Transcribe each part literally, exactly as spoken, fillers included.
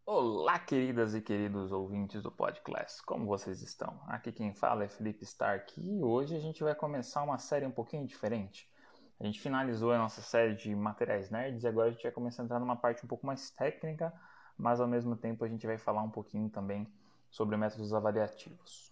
Olá, queridas e queridos ouvintes do Podcast, como vocês estão? Aqui quem fala é Felipe Stark e hoje a gente vai começar uma série um pouquinho diferente. A gente finalizou a nossa série de materiais nerds e agora a gente vai começar a entrar numa parte um pouco mais técnica, mas ao mesmo tempo a gente vai falar um pouquinho também sobre métodos avaliativos.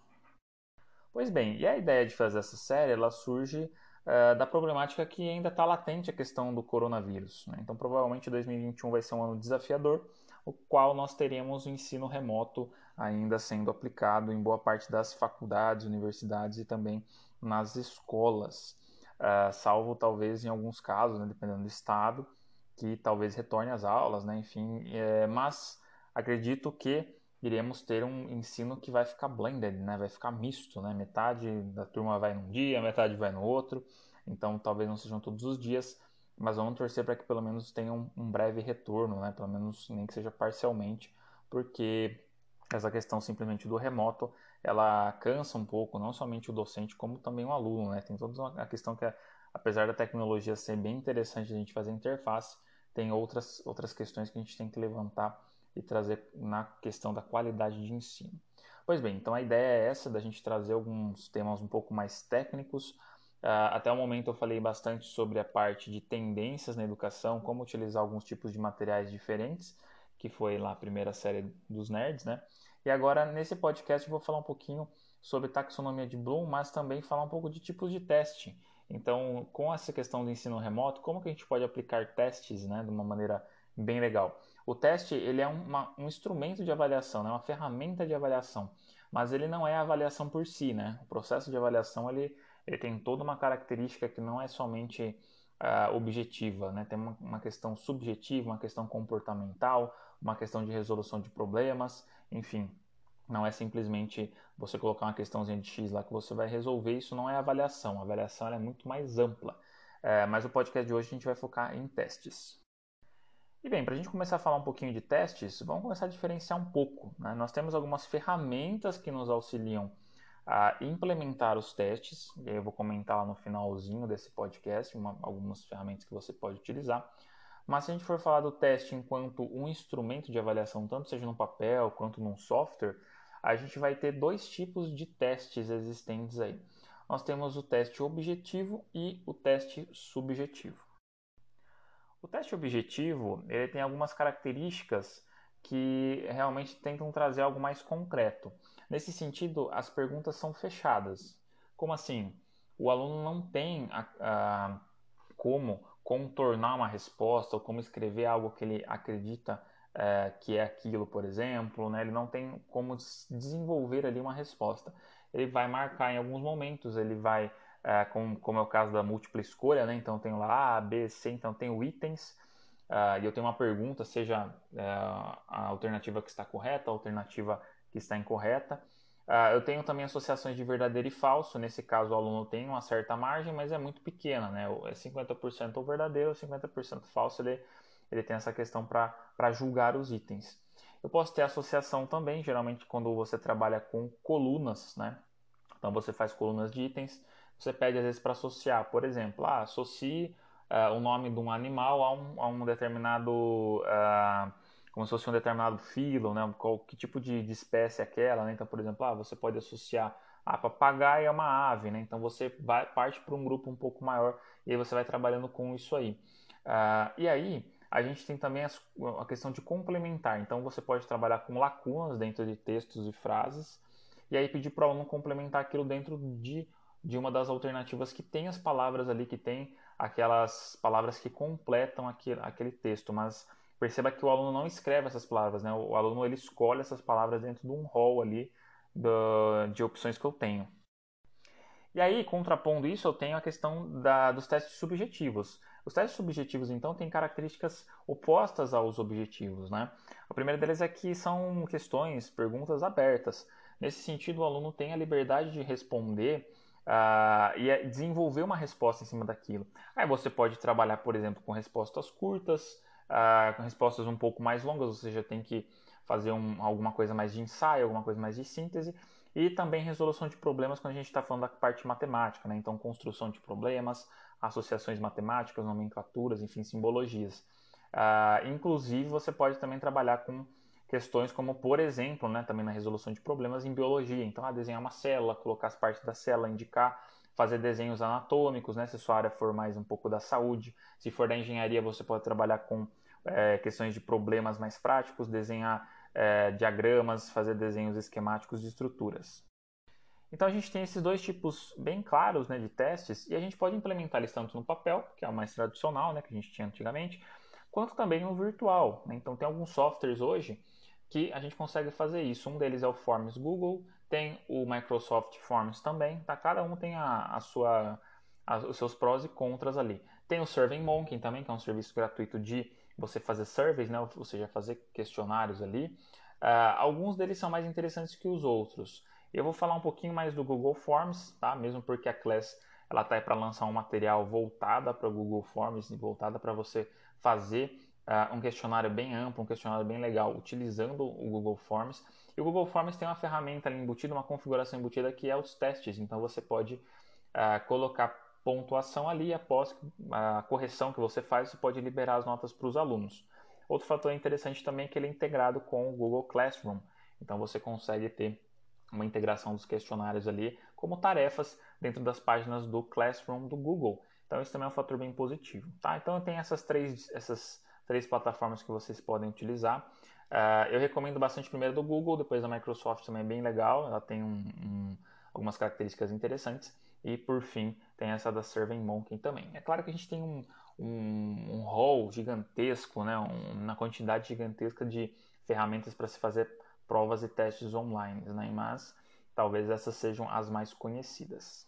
Pois bem, e a ideia de fazer essa série, ela surge uh, da problemática que ainda está latente a questão do coronavírus. Né? Então, provavelmente dois mil e vinte e um vai ser um ano desafiador, o qual nós teremos o ensino remoto ainda sendo aplicado em boa parte das faculdades, universidades e também nas escolas, uh, salvo talvez em alguns casos, né, dependendo do estado, que talvez retorne às aulas, né, enfim, é, mas acredito que iremos ter um ensino que vai ficar blended, né? Vai ficar misto, né? Metade da turma vai num dia, metade vai no outro. Então, talvez não sejam todos os dias, mas vamos torcer para que pelo menos tenha um, um breve retorno, né? Pelo menos nem que seja parcialmente, porque essa questão simplesmente do remoto, ela cansa um pouco, não somente o docente, como também o aluno, né? Tem toda a questão que, apesar da tecnologia ser bem interessante a gente fazer interface, tem outras, outras questões que a gente tem que levantar e trazer na questão da qualidade de ensino. Pois bem, então a ideia é essa, da gente trazer alguns temas um pouco mais técnicos. Uh, até o momento eu falei bastante sobre a parte de tendências na educação, como utilizar alguns tipos de materiais diferentes, que foi lá a primeira série dos nerds, né? E agora nesse podcast eu vou falar um pouquinho sobre taxonomia de Bloom, mas também falar um pouco de tipos de teste. Então, com essa questão do ensino remoto, como que a gente pode aplicar testes, né, de uma maneira bem legal? O teste ele é uma, um instrumento de avaliação, né? Uma ferramenta de avaliação, mas ele não é a avaliação por si, né? O processo de avaliação ele, ele tem toda uma característica que não é somente uh, objetiva, né? Tem uma, uma questão subjetiva, uma questão comportamental, uma questão de resolução de problemas, enfim. Não é simplesmente você colocar uma questãozinha de X lá que você vai resolver, isso não é avaliação. A avaliação é muito mais ampla. É, mas o podcast de hoje a gente vai focar em testes. E bem, para a gente começar a falar um pouquinho de testes, vamos começar a diferenciar um pouco. Né? Nós temos algumas ferramentas que nos auxiliam a implementar os testes, e aí eu vou comentar lá no finalzinho desse podcast uma, algumas ferramentas que você pode utilizar. Mas se a gente for falar do teste enquanto um instrumento de avaliação, tanto seja no papel quanto num software, a gente vai ter dois tipos de testes existentes aí. Nós temos o teste objetivo e o teste subjetivo. O teste objetivo ele tem algumas características que realmente tentam trazer algo mais concreto. Nesse sentido, as perguntas são fechadas. Como assim? O aluno não tem a, a, como contornar uma resposta ou como escrever algo que ele acredita é, que é aquilo, por exemplo. Né? Ele não tem como desenvolver ali uma resposta. Ele vai marcar em alguns momentos, ele vai é, como, como é o caso da múltipla escolha, né? Então tem lá A, B, C, então tem itens, uh, e eu tenho uma pergunta, seja uh, a alternativa que está correta, a alternativa que está incorreta. Uh, eu tenho também associações de verdadeiro e falso, nesse caso o aluno tem uma certa margem, mas é muito pequena, né? É cinquenta por cento o verdadeiro, cinquenta por cento falso, ele, ele tem essa questão para julgar os itens. Eu posso ter associação também, geralmente quando você trabalha com colunas, né? Então você faz colunas de itens, você pede às vezes para associar, por exemplo, ah, associe uh, o nome de um animal a um, a um determinado, uh, como se fosse um determinado filo, né? Qual, que tipo de, de espécie é aquela, né? Então, por exemplo, ah, você pode associar a papagaio é uma ave, né? Então você vai, parte para um grupo um pouco maior e aí você vai trabalhando com isso aí. Uh, e aí a gente tem também as, a questão de complementar. Então você pode trabalhar com lacunas dentro de textos e frases e aí pedir para o aluno complementar aquilo dentro de, de uma das alternativas que tem as palavras ali, que tem aquelas palavras que completam aquele, aquele texto, mas perceba que o aluno não escreve essas palavras, né? O aluno ele escolhe essas palavras dentro de um rol ali do, de opções que eu tenho. E aí, contrapondo isso, eu tenho a questão da, dos testes subjetivos. Os testes subjetivos, então, têm características opostas aos objetivos, né? A primeira deles é que são questões, perguntas abertas. Nesse sentido, o aluno tem a liberdade de responder uh, e desenvolver uma resposta em cima daquilo. Aí você pode trabalhar, por exemplo, com respostas curtas, uh, com respostas um pouco mais longas, você já tem que fazer um, alguma coisa mais de ensaio, alguma coisa mais de síntese, e também resolução de problemas quando a gente está falando da parte matemática, né? Então, construção de problemas, associações matemáticas, nomenclaturas, enfim, simbologias. Uh, inclusive, você pode também trabalhar com questões como, por exemplo, né, também na resolução de problemas em biologia. Então, ah, desenhar uma célula, colocar as partes da célula, indicar, fazer desenhos anatômicos, né, se sua área for mais um pouco da saúde. Se for da engenharia, você pode trabalhar com é, questões de problemas mais práticos, desenhar é, diagramas, fazer desenhos esquemáticos de estruturas. Então a gente tem esses dois tipos bem claros, né, de testes, e a gente pode implementar eles tanto no papel, que é o mais tradicional, né, que a gente tinha antigamente, quanto também no virtual, né? Então tem alguns softwares hoje que a gente consegue fazer isso. Um deles é o Forms Google, tem o Microsoft Forms também, tá? Cada um tem a, a sua, a, os seus prós e contras ali. Tem o SurveyMonkey também, que é um serviço gratuito de você fazer surveys, né? Ou seja, fazer questionários ali. Uh, alguns deles são mais interessantes que os outros. Eu vou falar um pouquinho mais do Google Forms, tá? Mesmo porque a Class ela está para lançar um material voltada para o Google Forms, voltada para você fazer uh, um questionário bem amplo, um questionário bem legal, utilizando o Google Forms. E o Google Forms tem uma ferramenta ali embutida, uma configuração embutida que é os testes. Então você pode uh, colocar pontuação ali, após a correção que você faz, você pode liberar as notas para os alunos. Outro fator interessante também é que ele é integrado com o Google Classroom. Então você consegue ter uma integração dos questionários ali como tarefas dentro das páginas do Classroom do Google. Então isso também é um fator bem positivo, tá? Então tem essas três, essas três plataformas que vocês podem utilizar. Uh, eu recomendo bastante primeiro do Google, depois da Microsoft também é bem legal, ela tem um, um, algumas características interessantes. E por fim tem essa da SurveyMonkey também. É claro que a gente tem um, um, um hall gigantesco, né? um, uma quantidade gigantesca de ferramentas para se fazer provas e testes online, né? Mas talvez essas sejam as mais conhecidas.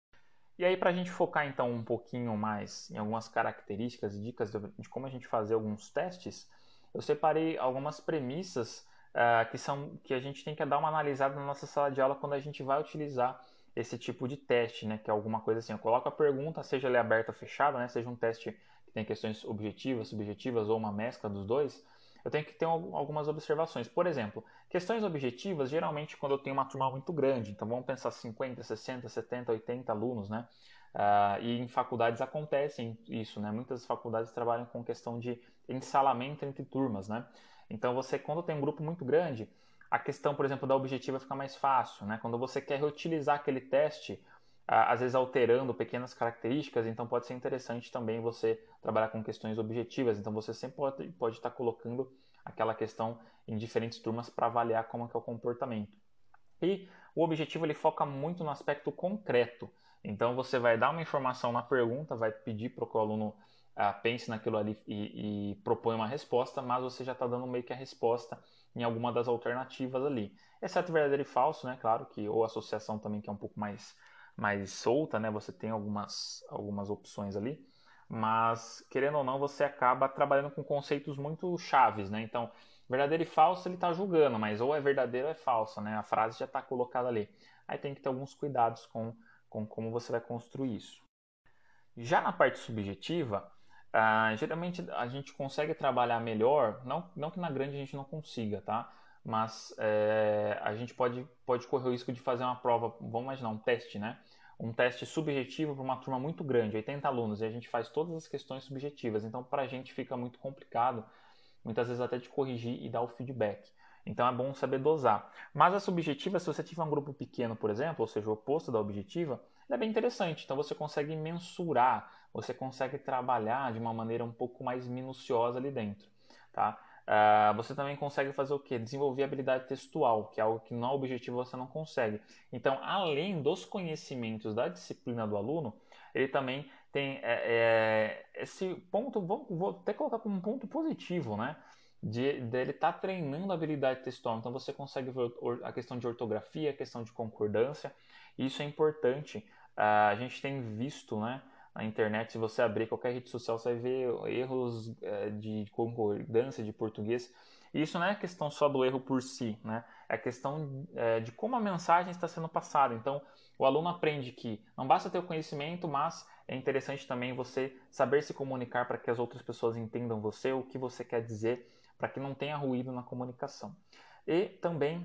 E aí, para a gente focar então um pouquinho mais em algumas características e dicas de como a gente fazer alguns testes, eu separei algumas premissas uh, que, são, que a gente tem que dar uma analisada na nossa sala de aula quando a gente vai utilizar esse tipo de teste, né? Que é alguma coisa assim, eu coloco a pergunta, seja ela aberta ou fechada, né? Seja um teste que tem questões objetivas, subjetivas ou uma mescla dos dois, eu tenho que ter algumas observações. Por exemplo, questões objetivas, geralmente quando eu tenho uma turma muito grande, então vamos pensar cinquenta, sessenta, setenta, oitenta alunos, né? Uh, e em faculdades acontecem isso, né? Muitas faculdades trabalham com questão de ensalamento entre turmas, né? Então você, quando tem um grupo muito grande, a questão, por exemplo, da objetiva fica mais fácil, né? Quando você quer reutilizar aquele teste, uh, às vezes alterando pequenas características, então pode ser interessante também você trabalhar com questões objetivas. Então você sempre pode, pode estar colocando aquela questão em diferentes turmas para avaliar como é, que é o comportamento. E o objetivo ele foca muito no aspecto concreto. Então você vai dar uma informação na pergunta, vai pedir para que o aluno ah, pense naquilo ali e, e propõe uma resposta, mas você já está dando meio que a resposta em alguma das alternativas ali. Exceto verdadeiro e falso, né? Claro que ou associação também que é um pouco mais, mais solta, né? Você tem algumas, algumas opções ali. Mas, querendo ou não, você acaba trabalhando com conceitos muito chaves, né? Então, verdadeiro e falso ele está julgando, mas ou é verdadeiro ou é falso, né? A frase já está colocada ali. Aí tem que ter alguns cuidados com, com como você vai construir isso. Já na parte subjetiva, ah, geralmente a gente consegue trabalhar melhor, não, não que na grande a gente não consiga, tá? Mas é, a gente pode, pode correr o risco de fazer uma prova, vamos imaginar, um teste, né? Um teste subjetivo para uma turma muito grande, oitenta alunos, e a gente faz todas as questões subjetivas. Então, para a gente fica muito complicado, muitas vezes até de corrigir e dar o feedback. Então, é bom saber dosar. Mas a subjetiva, se você tiver um grupo pequeno, por exemplo, ou seja, o oposto da objetiva, é bem interessante. Então, você consegue mensurar, você consegue trabalhar de uma maneira um pouco mais minuciosa ali dentro, tá? Uh, você também consegue fazer o quê? Desenvolver habilidade textual, que é algo que no objetivo você não consegue. Então, além dos conhecimentos da disciplina do aluno, ele também tem é, é, esse ponto, vou, vou até colocar como um ponto positivo, né? De, de ele estar tá treinando a habilidade textual. Então, você consegue ver a questão de ortografia, a questão de concordância. Isso é importante. Uh, a gente tem visto, né? Na internet, se você abrir qualquer rede social, você vai ver erros é, de concordância de português. E isso não é questão só do erro por si, né? É questão é, de como a mensagem está sendo passada. Então, o aluno aprende que não basta ter o conhecimento, mas é interessante também você saber se comunicar para que as outras pessoas entendam você, o que você quer dizer, para que não tenha ruído na comunicação. E também,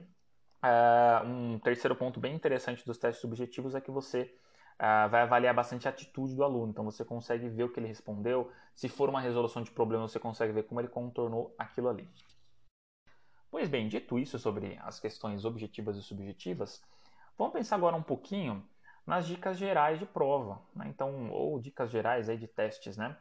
uh, um terceiro ponto bem interessante dos testes subjetivos é que você Uh, vai avaliar bastante a atitude do aluno. Então você consegue ver o que ele respondeu. Se for uma resolução de problema, você consegue ver como ele contornou aquilo ali. Pois bem, dito isso sobre as questões objetivas e subjetivas, vamos pensar agora um pouquinho nas dicas gerais de prova, né? Então, ou dicas gerais aí de testes, né?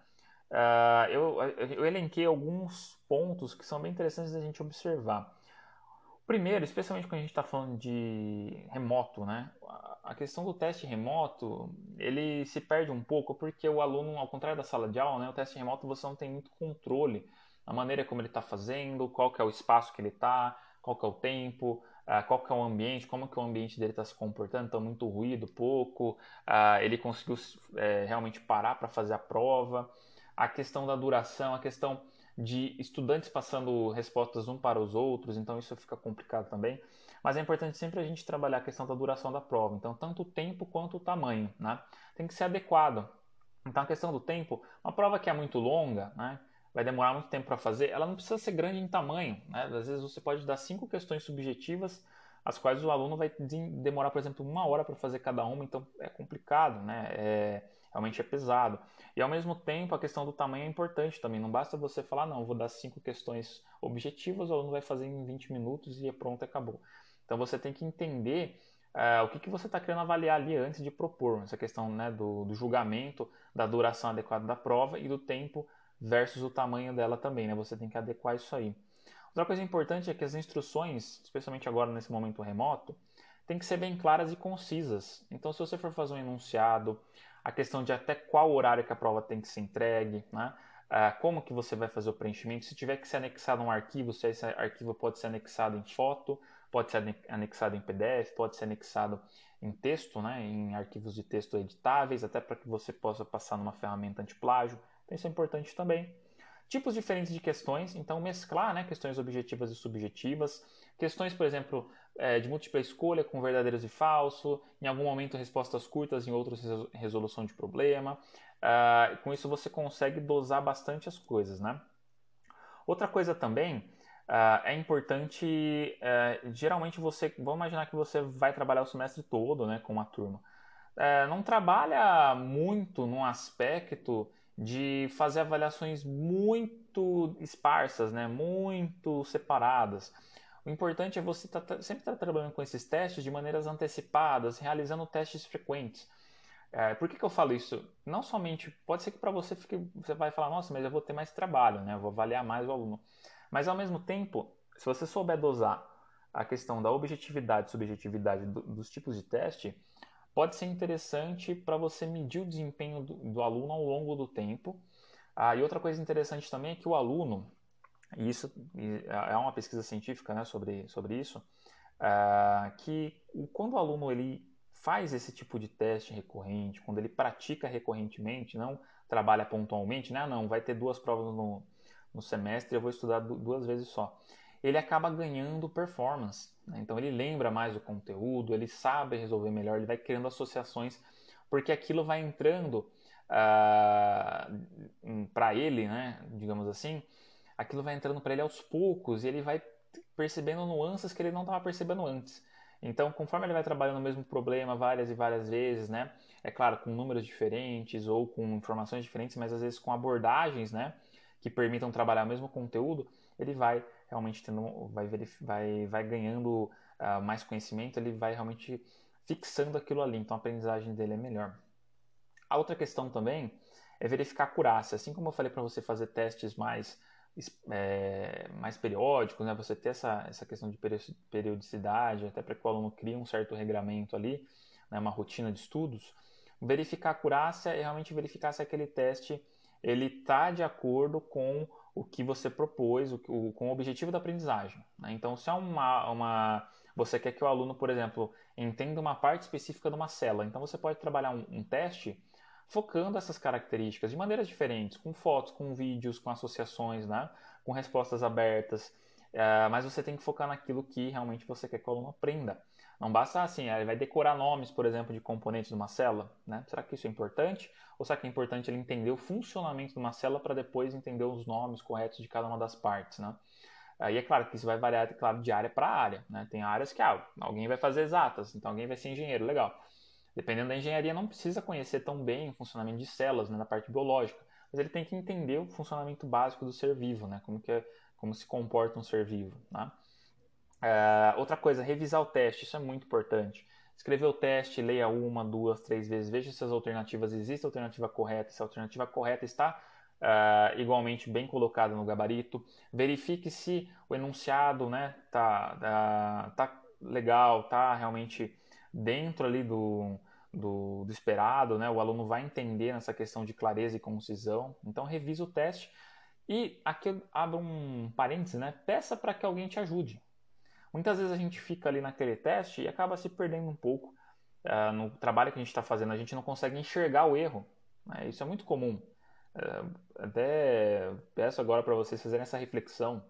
Uh, eu, eu elenquei alguns pontos que são bem interessantes da gente observar. Primeiro, especialmente quando a gente está falando de remoto, né? A questão do teste remoto, ele se perde um pouco porque o aluno, ao contrário da sala de aula, né, o teste remoto você não tem muito controle na maneira como ele está fazendo, qual que é o espaço que ele está, qual que é o tempo, uh, qual que é o ambiente, como que o ambiente dele está se comportando, então muito ruído, pouco, uh, ele conseguiu é, realmente parar para fazer a prova, a questão da duração, a questão de estudantes passando respostas um para os outros, então isso fica complicado também. Mas é importante sempre a gente trabalhar a questão da duração da prova, então tanto o tempo quanto o tamanho, né? Tem que ser adequado. Então a questão do tempo, uma prova que é muito longa, né? Vai demorar muito tempo para fazer, ela não precisa ser grande em tamanho, né? Às vezes você pode dar cinco questões subjetivas, as quais o aluno vai demorar, por exemplo, uma hora para fazer cada uma, então é complicado, né? É, realmente é pesado. E ao mesmo tempo, a questão do tamanho é importante também. Não basta você falar, não, vou dar cinco questões objetivas, o aluno vai fazer em vinte minutos e é pronto, acabou. Então você tem que entender uh, o que, que você está querendo avaliar ali antes de propor. Essa questão, né, do, do julgamento, da duração adequada da prova e do tempo versus o tamanho dela também, né? Você tem que adequar isso aí. Outra coisa importante é que as instruções, especialmente agora nesse momento remoto, tem que ser bem claras e concisas. Então, se você for fazer um enunciado, a questão de até qual horário que a prova tem que ser entregue, né? Ah, como que você vai fazer o preenchimento, se tiver que ser anexado um arquivo, se esse arquivo pode ser anexado em foto, pode ser anexado em P D F, pode ser anexado em texto, né? Em arquivos de texto editáveis, até para que você possa passar numa ferramenta antiplágio. Então, isso é importante também. Tipos diferentes de questões, então mesclar, né, questões objetivas e subjetivas, questões, por exemplo, é, de múltipla escolha com verdadeiros e falso, em algum momento respostas curtas, em outros resolução de problema. Uh, com isso você consegue dosar bastante as coisas, né? Outra coisa também uh, é importante, uh, geralmente você, vamos imaginar que você vai trabalhar o semestre todo, né, com uma turma. Uh, não trabalha muito num aspecto de fazer avaliações muito esparsas, né, muito separadas. O importante é você tá, sempre estar tá trabalhando com esses testes de maneiras antecipadas, realizando testes frequentes. É, por que, que eu falo isso? Não somente, pode ser que para você fique, você vai falar, nossa, mas eu vou ter mais trabalho, né? Eu vou avaliar mais o aluno. Mas ao mesmo tempo, se você souber dosar a questão da objetividade e subjetividade do, dos tipos de teste, pode ser interessante para você medir o desempenho do, do aluno ao longo do tempo. Ah, e outra coisa interessante também é que o aluno, e isso é uma pesquisa científica, né, sobre, sobre isso, ah, que quando o aluno ele faz esse tipo de teste recorrente, quando ele pratica recorrentemente, não trabalha pontualmente, né? Não, vai ter duas provas no, no semestre, eu vou estudar duas vezes só. Ele acaba ganhando performance, né? Então ele lembra mais do conteúdo, ele sabe resolver melhor, ele vai criando associações, porque aquilo vai entrando uh, para ele, né? Digamos assim, aquilo vai entrando para ele aos poucos e ele vai percebendo nuances que ele não estava percebendo antes. Então, conforme ele vai trabalhando o mesmo problema várias e várias vezes, né? É claro, com números diferentes ou com informações diferentes, mas às vezes com abordagens, né? Que permitam trabalhar o mesmo conteúdo, ele vai realmente tendo, vai, vai, vai ganhando uh, mais conhecimento, ele vai realmente fixando aquilo ali. Então, a aprendizagem dele é melhor. A outra questão também é verificar a acurácia. Assim como eu falei para você fazer testes mais é, mais periódicos, né? Você ter essa, essa questão de periodicidade, até para que o aluno crie um certo regramento ali, né? Uma rotina de estudos. Verificar a acurácia é realmente verificar se aquele teste ele está de acordo com o que você propôs, o, o, com o objetivo da aprendizagem. Né? Então, se é uma, uma, você quer que o aluno, por exemplo, entenda uma parte específica de uma célula, então você pode trabalhar um, um teste focando essas características de maneiras diferentes, com fotos, com vídeos, com associações, né? Com respostas abertas, uh, mas você tem que focar naquilo que realmente você quer que o aluno aprenda. Não basta assim, ele vai decorar nomes, por exemplo, de componentes de uma célula, né? Será que isso é importante? Ou será que é importante ele entender o funcionamento de uma célula para depois entender os nomes corretos de cada uma das partes, né? Aí é claro que isso vai variar, claro, de área para área, né? Tem áreas que ah, alguém vai fazer exatas, então alguém vai ser engenheiro, legal. Dependendo da engenharia, não precisa conhecer tão bem o funcionamento de células, né, na parte biológica, mas ele tem que entender o funcionamento básico do ser vivo, né, como, que é, como se comporta um ser vivo. Né? Uh, outra coisa, revisar o teste, isso é muito importante. Escrever o teste, leia uma, duas, três vezes, veja se as alternativas existem, a alternativa correta, se a alternativa correta está uh, igualmente bem colocada no gabarito. Verifique se o enunciado, né, tá, tá, tá legal, tá realmente dentro ali do, do, do esperado, né? O aluno vai entender nessa questão de clareza e concisão. Então revise o teste e aqui abra um parênteses, né? Peça para que alguém te ajude. Muitas vezes a gente fica ali naquele teste e acaba se perdendo um pouco uh, no trabalho que a gente está fazendo. A gente não consegue enxergar o erro. Né? Isso é muito comum. Uh, até peço agora para vocês fazerem essa reflexão.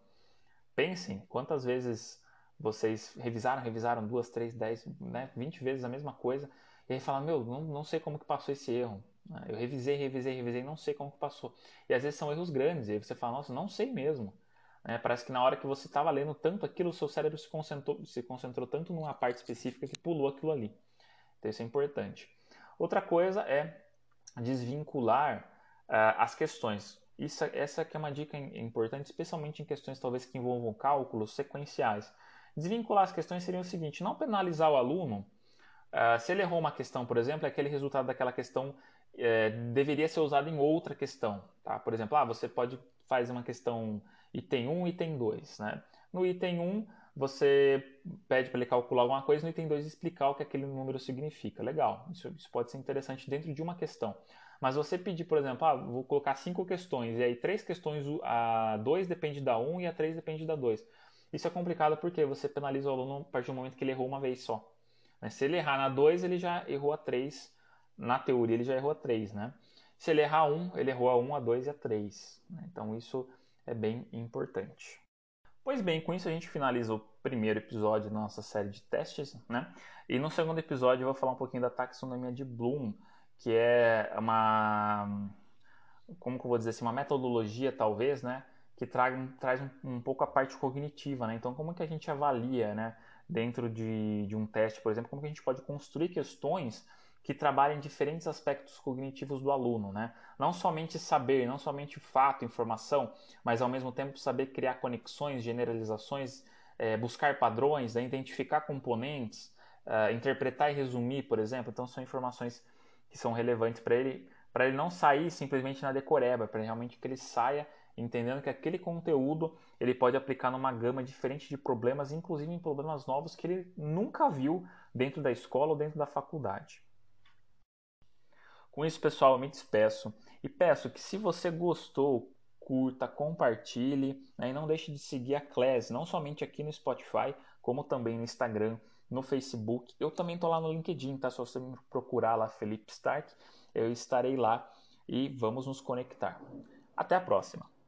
Pensem quantas vezes vocês revisaram, revisaram duas, três, dez, né, vinte vezes a mesma coisa e aí falam, meu, não, não sei como que passou esse erro. Eu revisei, revisei, revisei, não sei como que passou. E às vezes são erros grandes, e aí você fala, nossa, não sei mesmo. É, parece que na hora que você estava lendo tanto aquilo, o seu cérebro se concentrou, se concentrou tanto numa parte específica que pulou aquilo ali. Então isso é importante. Outra coisa é desvincular uh, as questões. Isso, essa que é uma dica importante, especialmente em questões talvez que envolvam cálculos sequenciais. Desvincular as questões seria o seguinte, não penalizar o aluno. Uh, se ele errou uma questão, por exemplo, aquele resultado daquela questão é, deveria ser usado em outra questão. Tá? Por exemplo, ah, você pode fazer uma questão item um, item dois. Né? No item um, você pede para ele calcular alguma coisa, no item dois explicar o que aquele número significa. Legal, isso, isso pode ser interessante dentro de uma questão. Mas você pedir, por exemplo, ah, vou colocar cinco questões, e aí três questões, a dois depende da um e a três depende da dois. Isso é complicado porque você penaliza o aluno a partir do momento que ele errou uma vez só. Se ele errar na dois, ele já errou a três. Na teoria, ele já errou a três, né? Se ele errar um, ele errou a um, a dois e a três. Então, isso é bem importante. Pois bem, com isso a gente finaliza o primeiro episódio da nossa série de testes, né? E no segundo episódio eu vou falar um pouquinho da taxonomia de Bloom, que é uma, como que eu vou dizer assim, uma metodologia talvez, né? Que traga, traz um, um pouco a parte cognitiva, né? Então, como que a gente avalia, né? Dentro de, de um teste, por exemplo, como que a gente pode construir questões que trabalhem diferentes aspectos cognitivos do aluno, né? Não somente saber, não somente fato, informação, mas ao mesmo tempo saber criar conexões, generalizações, é, buscar padrões, né? Identificar componentes, é, interpretar e resumir, por exemplo. Então são informações que são relevantes para ele, para ele não sair simplesmente na decoreba, para realmente que ele saia entendendo que aquele conteúdo ele pode aplicar numa gama diferente de problemas, inclusive em problemas novos que ele nunca viu dentro da escola ou dentro da faculdade. Com isso, pessoal, eu me despeço e peço que se você gostou, curta, compartilhe, né, e não deixe de seguir a Class, não somente aqui no Spotify, como também no Instagram, no Facebook. Eu também estou lá no LinkedIn, tá? Se você me procurar lá, Felipe Stark, eu estarei lá e vamos nos conectar. Até a próxima!